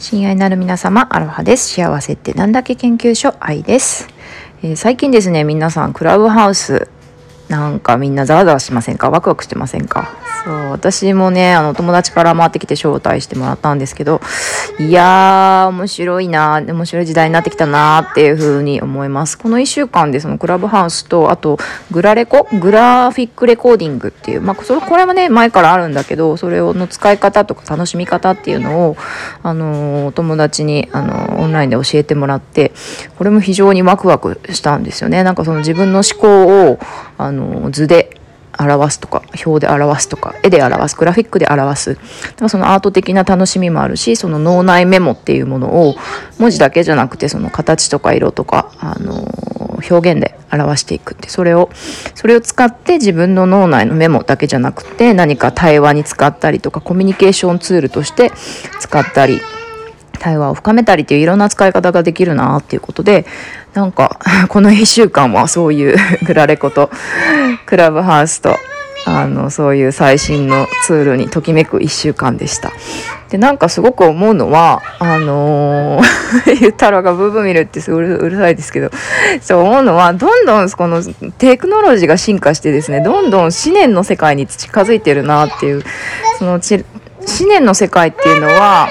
親愛なる皆様、アロハです。幸せってなんだっけ研究所愛です。最近ですね、皆さんクラブハウスなんかみんなザワザワしませんか？ワクワクしてませんか？そう、私もね、友達から回ってきて招待してもらったんですけど、いやー、面白い時代になってきたなーっていう風に思います。この1週間でそのクラブハウスと、あとグラフィックレコーディングっていう、これはね、前からあるんだけど、それの使い方とか楽しみ方っていうのを、お友達に、オンラインで教えてもらって、これも非常にワクワクしたんですよね。なんかその自分の思考を、図で表すとか表で表すとか絵で表すグラフィックで表す、だからそのアート的な楽しみもあるし、その脳内メモっていうものを文字だけじゃなくてその形とか色とか、表現で表していくって、それを使って自分の脳内のメモだけじゃなくて何か対話に使ったりとかコミュニケーションツールとして使ったり対話を深めたりっていういろんな使い方ができるなっていうことで、なんかこの1週間はそういうグラレコとクラブハウスとそういう最新のツールにときめく1週間でした。で、なんかすごく思うのはゆったろがブーブー見るってすごいうるさいですけど、そう思うのは、どんどんこのテクノロジーが進化してですね、どんどん思念の世界に近づいてるなっていう、その思念の世界っていうのは、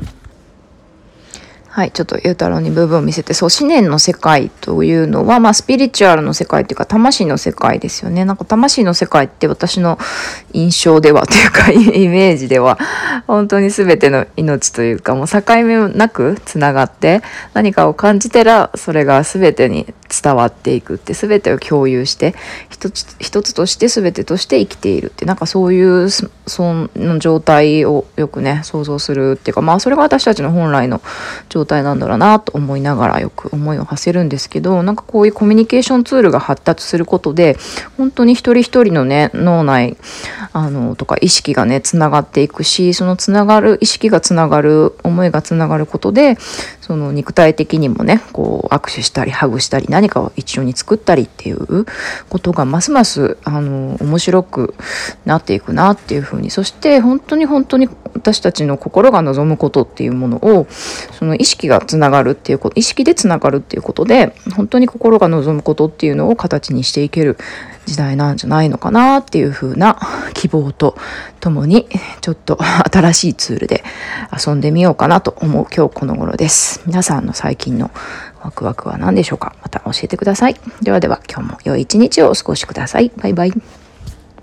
はい、ちょっとゆうたろうに部分を見せて、そう、思念の世界というのは、スピリチュアルの世界というか、魂の世界ですよね。なんか魂の世界って私の印象ではというか、イメージでは、本当に全ての命というか、もう境目なくつながって、何かを感じたら、それが全てに伝わっていくって、全てを共有して、一つとして全てとして生きているって、なんかそういうその状態をよくね、想像するっていうか、それが私たちの本来の状態なんだろうなと思いながらよく思いを馳せるんですけど、なんかこういうコミュニケーションツールが発達することで、本当に一人一人のね、脳内とか意識がねつながっていくし、そのつながる意識がつながる思いがつながることで、その肉体的にもね、こう握手したりハグしたり何かを一緒に作ったりっていうことがますます面白くなっていくなっていうふうに、そして本当に私たちの心が望むことっていうものを、その意識がつながるっていうこと、意識でつながるっていうことで、本当に心が望むことっていうのを形にしていける時代なんじゃないのかなっていう風な希望とともに、ちょっと新しいツールで遊んでみようかなと思う今日この頃です。皆さんの最近のワクワクは何でしょうか？また教えてください。ではでは今日も良い一日をお過ごしください。バイバイ。